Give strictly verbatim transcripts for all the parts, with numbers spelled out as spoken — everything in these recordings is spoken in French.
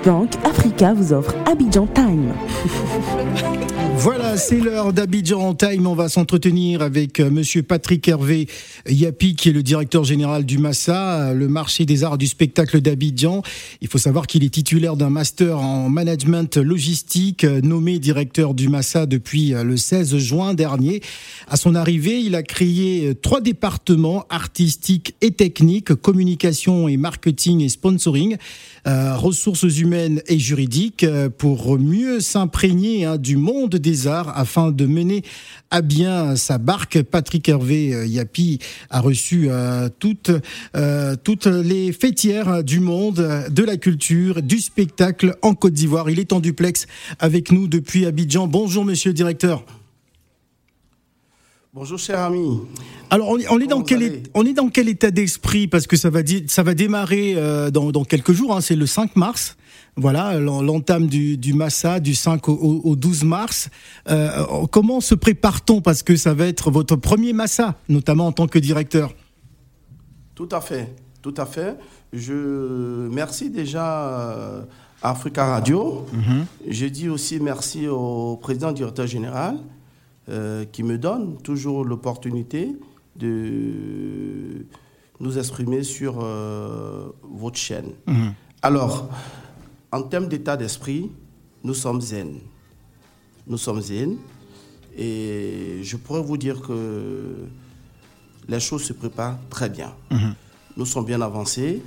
Bank Africa vous offre Abidjan Time. Voilà, c'est l'heure d'Abidjan Time. On va s'entretenir avec monsieur Patrick Hervé Yapi, qui est le directeur général du Massa, le marché des arts du spectacle d'Abidjan. Il faut savoir qu'il est titulaire d'un master en management logistique, nommé directeur du Massa depuis le seize juin dernier. À son arrivée, il a créé trois départements artistiques et techniques, communication et marketing et sponsoring, euh, ressources humaines et juridiques, pour mieux s'imprégner hein, du monde des arts afin de mener à bien sa barque. Patrick Hervé Yapi a reçu euh, toutes, euh, toutes les fêtières du monde, de la culture, du spectacle en Côte d'Ivoire. Il est en duplex avec nous depuis Abidjan. Bonjour monsieur le directeur. Bonjour cher ami. Alors on est, on est dans quel est, on est dans quel état d'esprit, parce que ça va di- ça va démarrer euh, dans, dans quelques jours, hein, c'est le cinq mars. Voilà, l'entame du, du Massa du cinq au, au douze mars. Euh, comment se prépare-t-on, parce que ça va être votre premier Massa, notamment en tant que directeur? Tout à fait, tout à fait. Je merci déjà à Africa Radio. Mm-hmm. Je dis aussi merci au président directeur général euh, qui me donne toujours l'opportunité de nous exprimer sur euh, votre chaîne. Mm-hmm. Alors, en termes d'état d'esprit, nous sommes zen. Nous sommes zen. Et je pourrais vous dire que les choses se préparent très bien. Mmh. Nous sommes bien avancés.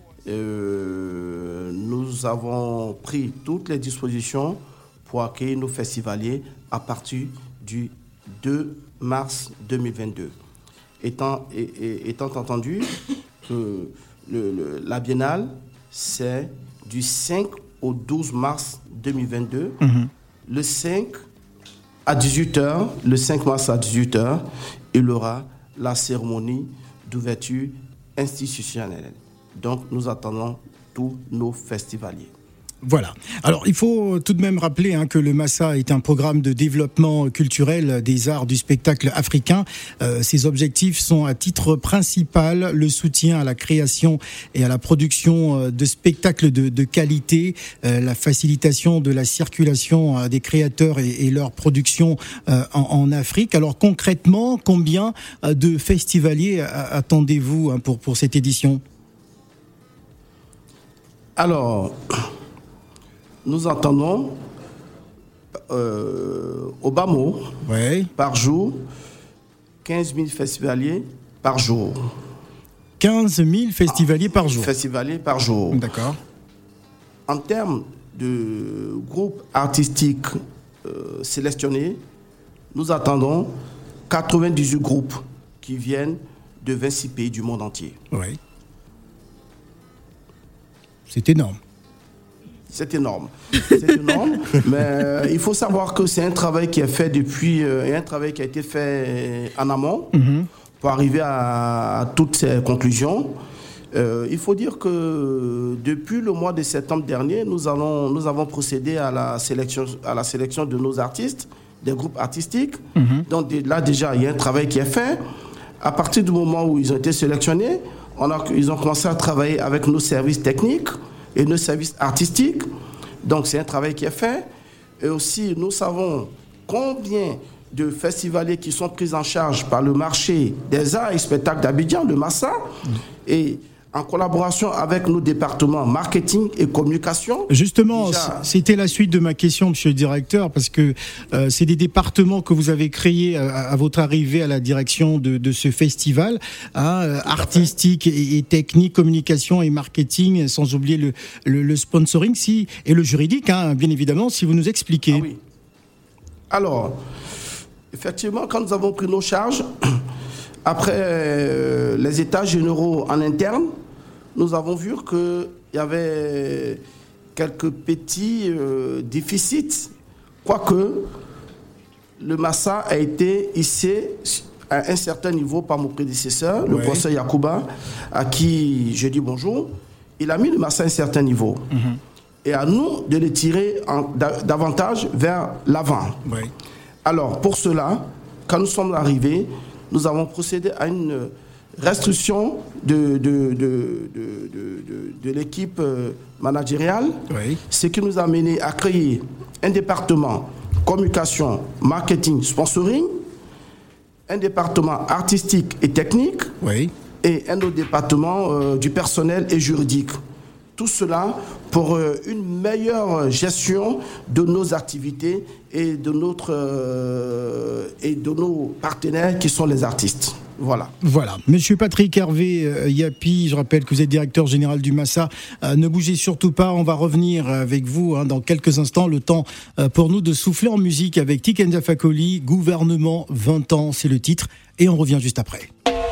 Euh, nous avons pris toutes les dispositions pour accueillir nos festivaliers à partir du deux mars deux mille vingt-deux. Étant, et, et, étant entendu que le, le, la Biennale, c'est du cinq au douze mars deux mille vingt-deux. Mmh. Le cinq à dix-huit heures, le cinq mars à dix-huit heures, il y aura la cérémonie d'ouverture institutionnelle. Donc, nous attendons tous nos festivaliers. Voilà. Alors, il faut tout de même rappeler hein, que le Massa est un programme de développement culturel des arts du spectacle africain. Euh, ses objectifs sont à titre principal le soutien à la création et à la production de spectacles de, de qualité, euh, la facilitation de la circulation euh, des créateurs et, et leur production euh, en, en Afrique. Alors, concrètement, combien de festivaliers attendez-vous hein, pour, pour cette édition ? Alors... Nous entendons euh, au bas mot, ouais. Par jour, quinze mille festivaliers par jour. quinze mille festivaliers ah, par jour. Festivaliers par jour. D'accord. En termes de groupes artistiques euh, sélectionnés, nous attendons quatre-vingt-dix-huit groupes qui viennent de vingt-six pays du monde entier. Oui. C'est énorme. C'est énorme. C'est énorme. Mais euh, il faut savoir que c'est un travail qui est fait depuis, euh, un travail qui a été fait en amont mm-hmm. pour arriver à, à toutes ces conclusions. Euh, il faut dire que depuis le mois de septembre dernier, nous, allons, nous avons procédé à la sélection, à la sélection de nos artistes, des groupes artistiques. Mm-hmm. Donc là déjà, il y a un travail qui est fait. À partir du moment où ils ont été sélectionnés, on a, ils ont commencé à travailler avec nos services techniques et nos services artistiques. Donc c'est un travail qui est fait. Et aussi, nous savons combien de festivaliers qui sont pris en charge par le marché des arts et spectacles d'Abidjan, le Massa, mmh. et en collaboration avec nos départements marketing et communication. Justement, déjà... c'était la suite de ma question, monsieur le directeur, parce que euh, c'est des départements que vous avez créés à, à votre arrivée à la direction de, de ce festival, hein, artistique et, et technique, communication et marketing, sans oublier le, le, le sponsoring si, et le juridique, hein, bien évidemment, si vous nous expliquez. Ah oui. Alors, effectivement, quand nous avons pris nos charges, après euh, les états généraux en interne, nous avons vu qu'il y avait quelques petits euh, déficits, quoique le Massa a été hissé à un certain niveau par mon prédécesseur, ouais. le professeur Yacouba, à qui je dis bonjour. Il a mis le Massa à un certain niveau. Mm-hmm. Et à nous de le tirer en, davantage vers l'avant. Ouais. Alors, pour cela, quand nous sommes arrivés, nous avons procédé à une restriction de, de, de, de, de, de, de l'équipe managériale, oui. Ce qui nous a mené à créer un département communication, marketing, sponsoring, un département artistique et technique, oui. Et un autre département euh, du personnel et juridique. Tout cela pour euh, une meilleure gestion de nos activités et de, notre, euh, et de nos partenaires qui sont les artistes. Voilà. Voilà. Monsieur Patrick Hervé euh, Yapi, je rappelle que vous êtes directeur général du Massa. Euh, ne bougez surtout pas, on va revenir avec vous hein, dans quelques instants. Le temps euh, pour nous de souffler en musique avec Tiken Jah Fakoly, Gouvernement vingt ans, c'est le titre. Et on revient juste après.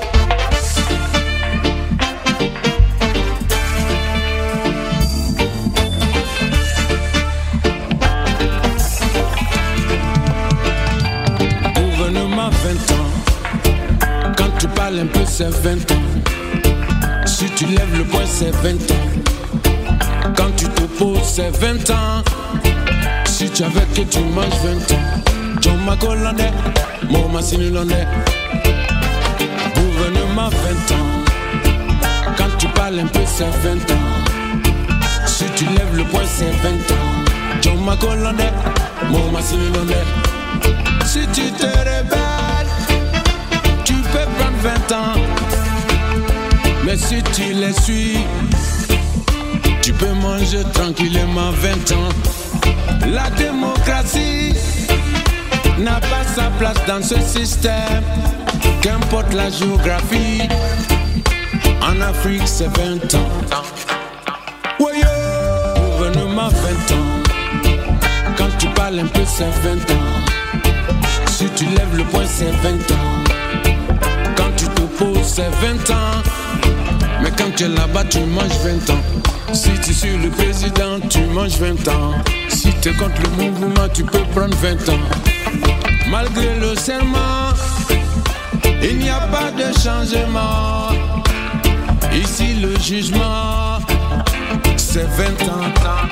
Gouvernement vingt ans. Tu parles un peu, c'est vingt ans. Si tu lèves le poing, c'est vingt ans. Quand tu t'opposes, c'est vingt ans. Si tu avais que tu manges vingt ans. John Macollandais, mon Massinulondais. Gouvernement vingt ans. Quand tu parles un peu, c'est vingt ans. Si tu lèves le poing, c'est vingt ans. John Macollandais, mon Massinulondais. Si tu te rebelles, tu peux prendre vingt ans, mais si tu les suis, tu peux manger tranquillement vingt ans. La démocratie n'a pas sa place dans ce système, qu'importe la géographie. En Afrique, c'est vingt ans. Ouais, gouvernement vingt ans. Quand tu parles un peu, c'est vingt ans. Si tu lèves le poing, c'est vingt ans. Quand tu t'opposes, c'est vingt ans. Mais quand tu es là-bas, tu manges vingt ans. Si tu suis le président, tu manges vingt ans. Si tu es contre le mouvement, tu peux prendre vingt ans. Malgré le serment, il n'y a pas de changement. Ici, le jugement, c'est vingt ans.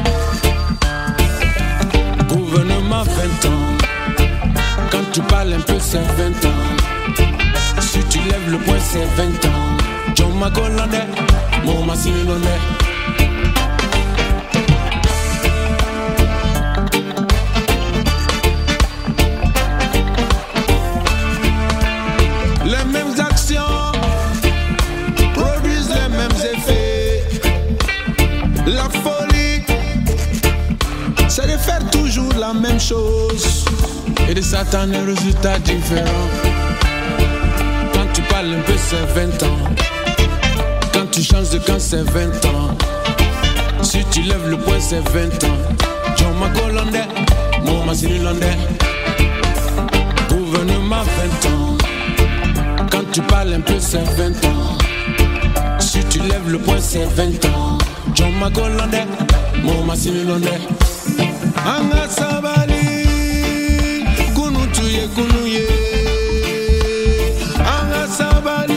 Gouvernement vingt ans. Quand tu parles un peu, c'est vingt ans. Si tu lèves le poing, c'est vingt ans. John Macollandais, mon Massinulondais. Les mêmes actions produisent les mêmes effets. La folie, c'est de faire toujours la même chose et de s'attendre à un résultat différent. Quand tu parles un peu, c'est vingt ans. Quand tu changes de camp, c'est vingt ans. Si tu lèves le poing, c'est vingt ans. John Macollandais, mon Massinulondais. Gouvernement vingt ans. Quand tu parles un peu, c'est vingt ans. Si tu lèves le poing, c'est vingt ans. John Macollandais, mon Massinulondais. Anga sabali, kunu tuye kunu ye. Anga sabali.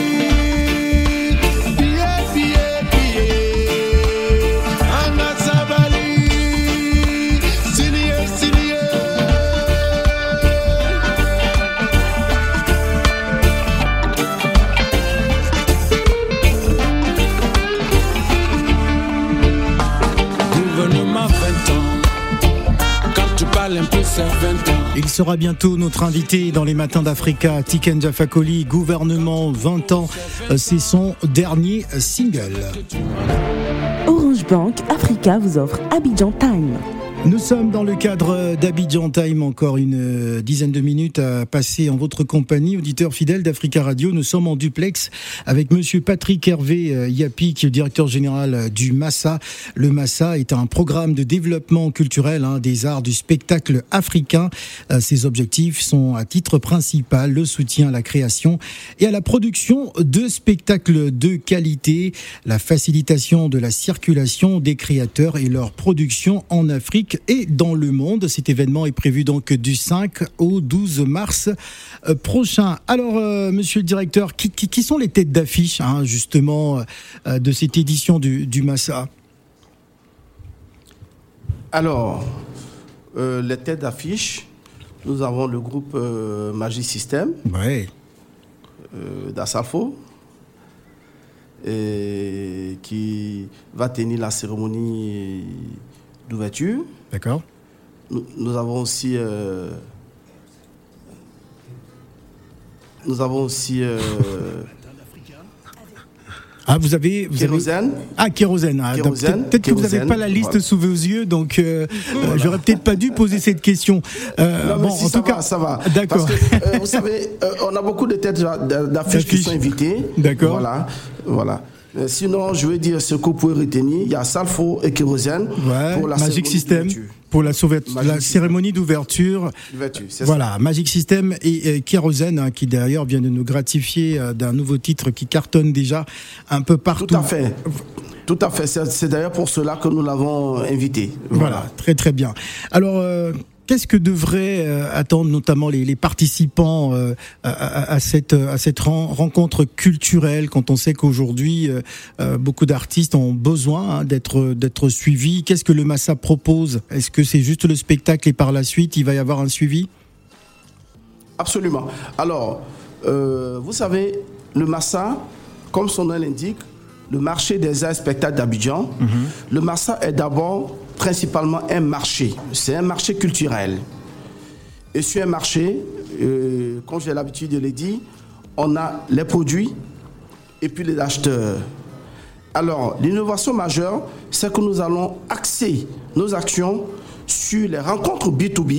Il sera bientôt notre invité dans les matins d'Africa, Tiken Jah Fakoly, Gouvernement vingt ans, c'est son dernier single. Orange Bank Africa vous offre Abidjan Time. Nous sommes dans le cadre d'Abidjan Time, encore une dizaine de minutes à passer en votre compagnie, auditeurs fidèles d'Africa Radio. Nous sommes en duplex avec monsieur Patrick Hervé Yapi, qui est le directeur général du Massa. Le Massa est un programme de développement culturel hein, des arts du spectacle africain. Ses objectifs sont à titre principal le soutien à la création et à la production de spectacles de qualité, la facilitation de la circulation des créateurs et leur production en Afrique et dans le monde. Cet événement est prévu donc du cinq au douze mars prochain. Alors, euh, monsieur le directeur, qui, qui, qui sont les têtes d'affiche, hein, justement, euh, de cette édition du, du Massa ? Alors, euh, les têtes d'affiche, nous avons le groupe euh, Magic System, ouais. euh, d'Assalfo, et qui va tenir la cérémonie d'ouverture. D'accord. Nous, nous avons aussi... Euh, nous avons aussi... Euh, Ah, vous avez... Vous Kérosène. Avez... Ah, Kérosène. Ah, Kérosène. Peut-être que vous n'avez pas la liste voilà. sous vos yeux, donc euh, voilà. euh, j'aurais peut-être pas dû poser cette question. Euh, non, bon, si, en ça tout va, cas, ça va. D'accord. Parce que, euh, vous savez, euh, on a beaucoup de têtes d'affiches qui sont invitées. D'accord. Voilà, voilà. Euh, sinon, je veux dire ce que vous pouvez retenir. Il y a Salfo et Kérosène ouais, pour la Magic System. Pour la, sauvet- la cérémonie d'ouverture, voilà, ça. Magic System et, et Kérosène, hein, qui d'ailleurs vient de nous gratifier euh, d'un nouveau titre qui cartonne déjà un peu partout. Tout à fait. Tout à fait. C'est, c'est d'ailleurs pour cela que nous l'avons invité. Voilà, voilà très très bien. Alors. Euh, Qu'est-ce que devraient euh, attendre notamment les, les participants euh, à, à, à cette, à cette ren- rencontre culturelle quand on sait qu'aujourd'hui euh, euh, beaucoup d'artistes ont besoin hein, d'être, d'être suivis? Qu'est-ce que le Massa propose? Est-ce que c'est juste le spectacle et par la suite il va y avoir un suivi? Absolument. Alors, euh, vous savez, le Massa, comme son nom l'indique, le marché des arts et spectacles d'Abidjan, mm-hmm. le Massa est d'abord principalement un marché. C'est un marché culturel. Et sur un marché, euh, comme j'ai l'habitude de le dire, on a les produits et puis les acheteurs. Alors, l'innovation majeure, c'est que nous allons axer nos actions sur les rencontres B deux B,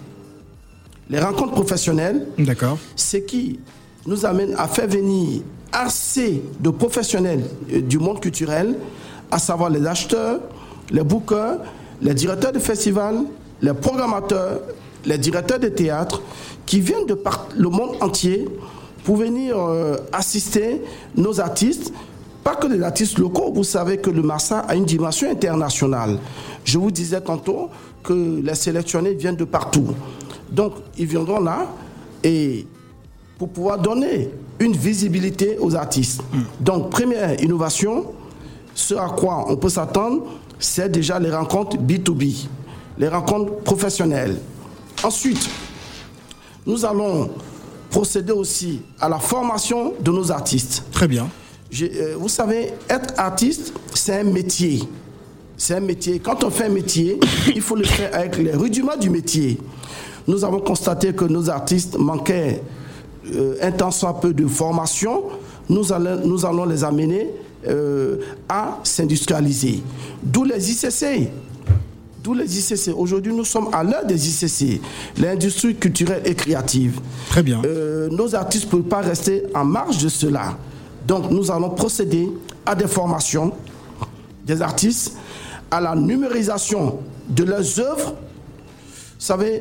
les rencontres professionnelles. D'accord. Ce qui nous amène à faire venir assez de professionnels du monde culturel, à savoir les acheteurs, les bookers, les directeurs de festivals, les programmateurs, les directeurs de théâtre, qui viennent de par le monde entier pour venir euh, assister nos artistes, pas que les artistes locaux. Vous savez que le Massa a une dimension internationale. Je vous disais tantôt que les sélectionnés viennent de partout. Donc, ils viendront là et pour pouvoir donner une visibilité aux artistes. Mmh. Donc, première innovation, ce à quoi on peut s'attendre, c'est déjà les rencontres B deux B, les rencontres professionnelles. Ensuite, nous allons procéder aussi à la formation de nos artistes. Très bien. Je, euh, vous savez, être artiste, c'est un métier. C'est un métier. Quand on fait un métier, il faut le faire avec les rudiments du métier. Nous avons constaté que nos artistes manquaient euh, un tant soit peu de formation. Nous allons, nous allons les amener euh, à s'industrialiser. D'où les I C C. D'où les I C C. Aujourd'hui, nous sommes à l'heure des I C C, l'industrie culturelle et créative. Très bien. Euh, nos artistes ne peuvent pas rester en marge de cela. Donc, nous allons procéder à des formations des artistes, à la numérisation de leurs œuvres. Vous savez,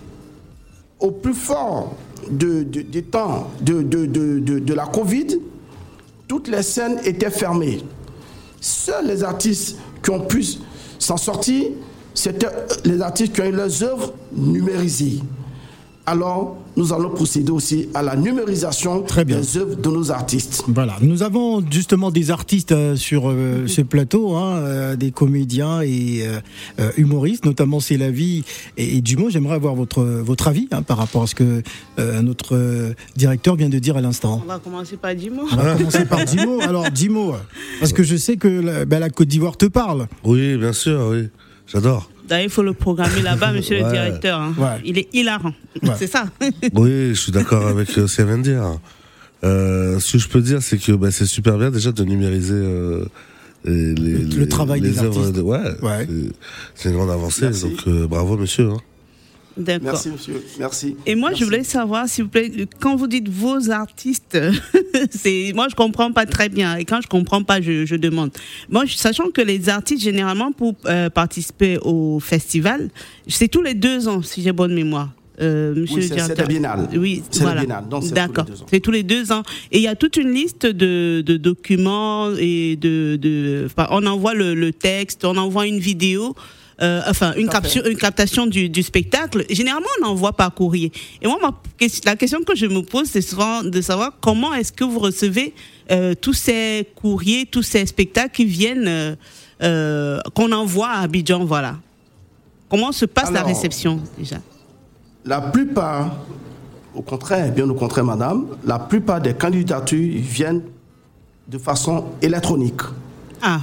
au plus fort de, de, des temps de, de, de, de, de la Covid, toutes les scènes étaient fermées. Seuls les artistes qui ont pu s'en sortir, c'était les artistes qui ont eu leurs œuvres numérisées. Alors, nous allons procéder aussi à la numérisation des œuvres de nos artistes. Voilà, nous avons justement des artistes euh, sur euh, ce plateau, hein, euh, des comédiens et euh, humoristes, notamment C'est la vie et, et Dumo. J'aimerais avoir votre, votre avis hein, par rapport à ce que euh, notre euh, directeur vient de dire à l'instant. On va commencer par Dumo. On va commencer par Dumo. Alors, Dumo, parce que je sais que la, ben, la Côte d'Ivoire te parle. Oui, bien sûr, oui. J'adore. D'ailleurs, il faut le programmer là-bas, monsieur ouais. le directeur. Hein. Ouais. Il est hilarant. Ouais. C'est ça. Oui, je suis d'accord avec euh, ce qu'elle vient de dire. Euh, ce que je peux dire, c'est que bah, c'est super bien déjà de numériser euh, les, les, le, le travail les des œuvres. artistes. De, ouais, ouais. C'est, c'est une grande avancée. Merci. Donc euh, bravo, monsieur. Hein. D'accord. Merci, monsieur. Merci. Et moi, Merci. je voulais savoir, s'il vous plaît, quand vous dites vos artistes, c'est moi, je comprends pas très bien. Et quand je comprends pas, je, je demande. Moi, sachant que les artistes, généralement, pour euh, participer au festival, c'est tous les deux ans, si j'ai bonne mémoire. Euh, monsieur oui, le directeur. C'est la biennale. Oui, c'est voilà. la biennale. Donc c'est D'accord. Tous les deux ans. C'est tous les deux ans. Et il y a toute une liste de, de documents et de, de enfin, on envoie le, le texte, on envoie une vidéo. Euh, enfin, une, capture, une captation du, du spectacle. Généralement, on envoie par courrier. Et moi, ma, la question que je me pose, c'est souvent de savoir comment est-ce que vous recevez euh, tous ces courriers, tous ces spectacles qui viennent, euh, euh, qu'on envoie à Abidjan, voilà. Comment se passe Alors, la réception, déjà? La plupart, au contraire, bien au contraire, madame, la plupart des candidatures viennent de façon électronique. Ah.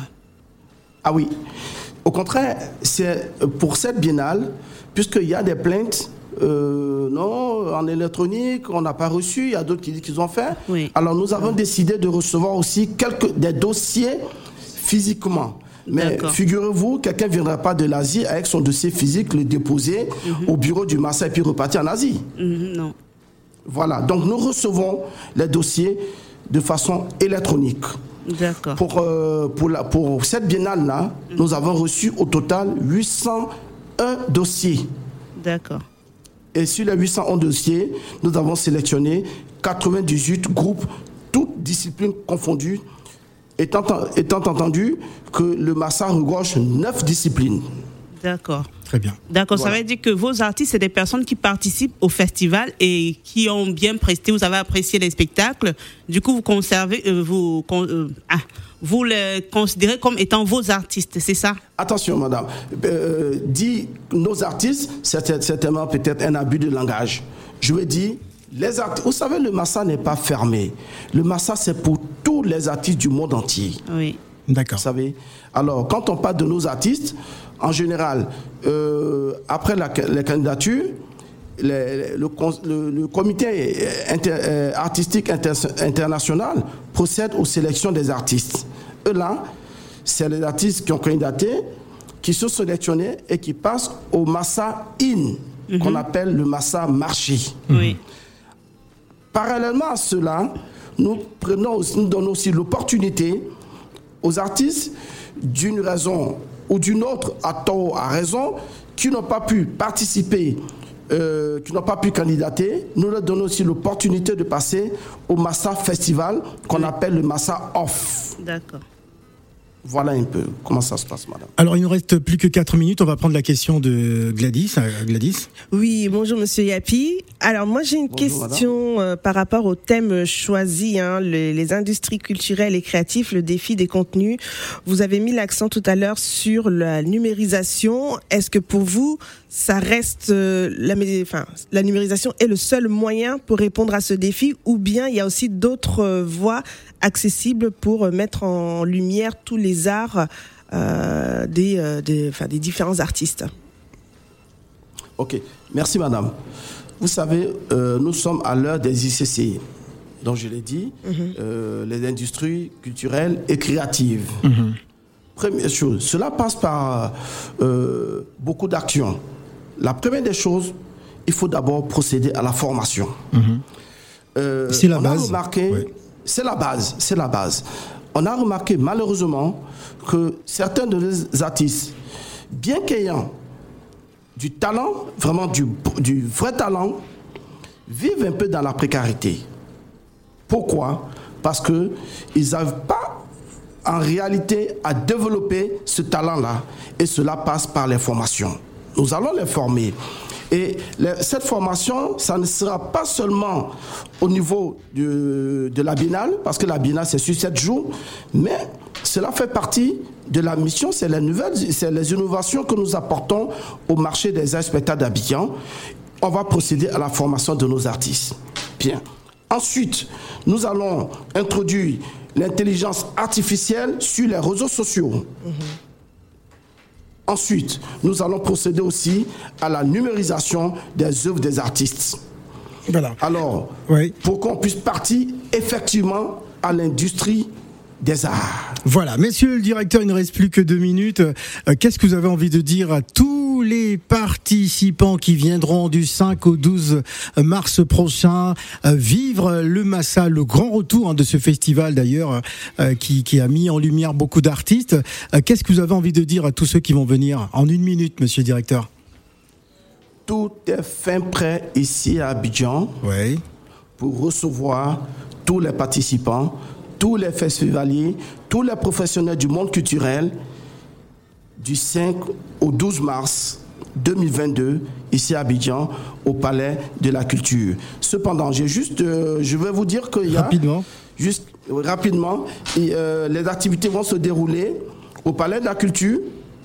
Ah oui. Au contraire, c'est pour cette biennale, puisqu'il y a des plaintes, euh, non, en électronique, on n'a pas reçu, il y a d'autres qui disent qu'ils ont fait. Oui. Alors nous avons décidé de recevoir aussi quelques des dossiers physiquement. Mais D'accord. figurez-vous, quelqu'un ne viendra pas de l'Asie avec son dossier physique, le déposer mm-hmm. au bureau du Massa et puis repartir en Asie. Mm-hmm, non. Voilà, donc nous recevons les dossiers de façon électronique. D'accord. Pour, euh, pour, la, pour cette biennale-là, mm-hmm. nous avons reçu au total huit cent un dossiers. D'accord. Et sur les huit cent un dossiers, nous avons sélectionné quatre-vingt-dix-huit groupes, toutes disciplines confondues, étant, étant entendu que le Massa regorge neuf disciplines. D'accord. Très bien. D'accord, Voilà. ça veut dire que vos artistes, c'est des personnes qui participent au festival et qui ont bien presté, vous avez apprécié les spectacles. Du coup, vous conservez, euh, vous, euh, ah, vous les considérez comme étant vos artistes, c'est ça? Attention, madame. Euh, dit nos artistes, c'est certainement peut-être un abus de langage. Je veux dire, les artistes. Vous savez, le Massa n'est pas fermé. Le Massa, c'est pour tous les artistes du monde entier. Oui. D'accord. Vous savez. Alors, quand on parle de nos artistes, en général, euh, après la, la candidature, les, le, le, le comité inter, euh, artistique inter, international procède aux sélections des artistes. Eux là, c'est les artistes qui ont candidaté, qui sont sélectionnés et qui passent au Massa In, mm-hmm. qu'on appelle le Massa Marché. Oui. Parallèlement à cela, nous, prenons, nous donnons aussi l'opportunité aux artistes, d'une raison ou d'une autre, à tort ou à raison, qui n'ont pas pu participer, euh, qui n'ont pas pu candidater, nous leur donnons aussi l'opportunité de passer au Massa Festival, qu'on oui. appelle le Massa Off. D'accord. Voilà un peu comment ça se passe, madame. Alors, il nous reste plus que quatre minutes. On va prendre la question de Gladys. Gladys. Oui, bonjour, monsieur Yapi. Alors, moi, j'ai une bonjour, question euh, par rapport au thème choisi, hein, les, les industries culturelles et créatives, le défi des contenus. Vous avez mis l'accent tout à l'heure sur la numérisation. Est-ce que pour vous, ça reste euh, la, enfin, la numérisation est le seul moyen pour répondre à ce défi, ou bien il y a aussi d'autres euh, voies accessibles pour mettre en lumière tous les arts euh, des, euh, des, enfin, des différents artistes? Ok, merci madame. Vous savez, euh, nous sommes à l'heure des I C C, donc je l'ai dit, mm-hmm. euh, les industries culturelles et créatives. Mm-hmm. Première chose, cela passe par euh, beaucoup d'actions. La première des choses, il faut d'abord procéder à la formation. Mm-hmm. Euh, c'est la on base. A remarqué, oui. C'est la base, c'est la base. On a remarqué malheureusement que certains de nos artistes, bien qu'ayant du talent, vraiment du, du vrai talent, vivent un peu dans la précarité. Pourquoi? Parce qu'ils n'arrivent pas en réalité à développer ce talent-là, et cela passe par les formations. Nous allons les former. Et les, cette formation, ça ne sera pas seulement au niveau de, de la biennale, parce que la biennale c'est sur sept jours, mais cela fait partie de la mission, c'est les nouvelles, c'est les innovations que nous apportons au marché des arts et spectacles d'Abidjan. On va procéder à la formation de nos artistes. Bien. Ensuite, nous allons introduire l'intelligence artificielle sur les réseaux sociaux. Mmh. Ensuite, nous allons procéder aussi à la numérisation des œuvres des artistes. Voilà. Alors, oui. pour qu'on puisse partir effectivement à l'industrie des arts. Voilà, messieurs le directeur, il ne reste plus que deux minutes. Euh, qu'est-ce que vous avez envie de dire à tous les participants qui viendront du cinq au douze mars prochain euh, vivre le Massa, le grand retour hein, de ce festival d'ailleurs euh, qui, qui a mis en lumière beaucoup d'artistes. Euh, qu'est-ce que vous avez envie de dire à tous ceux qui vont venir en une minute, monsieur le directeur? Tout est fin prêt ici à Abidjan oui. pour recevoir tous les participants, tous les festivaliers, tous les professionnels du monde culturel du cinq au douze mars deux mille vingt-deux ici à Abidjan au Palais de la Culture. Cependant, j'ai juste, euh, je vais vous dire qu'il y a rapidement, juste euh, rapidement, et, euh, les activités vont se dérouler au Palais de la Culture,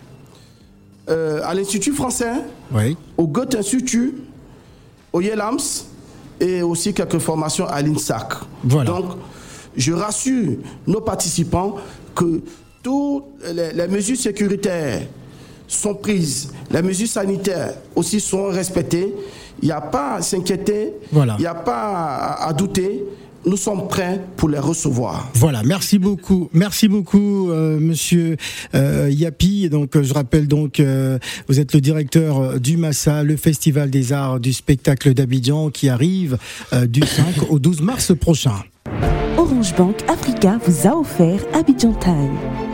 euh, à l'Institut français, oui. au Goethe Institut, au Yelams et aussi quelques formations à l'INSAC. Voilà. Donc je rassure nos participants que toutes les, les mesures sécuritaires sont prises, les mesures sanitaires aussi sont respectées. Il n'y a pas à s'inquiéter, voilà. Il n'y a pas à, à douter. Nous sommes prêts pour les recevoir. Voilà, merci beaucoup, merci beaucoup, euh, Monsieur euh, Yapi. Donc, je rappelle donc, euh, vous êtes le directeur du Massa, le Festival des Arts du Spectacle d'Abidjan, qui arrive euh, du cinq au douze mars prochain. Orange Bank Africa vous a offert Abidjan Time.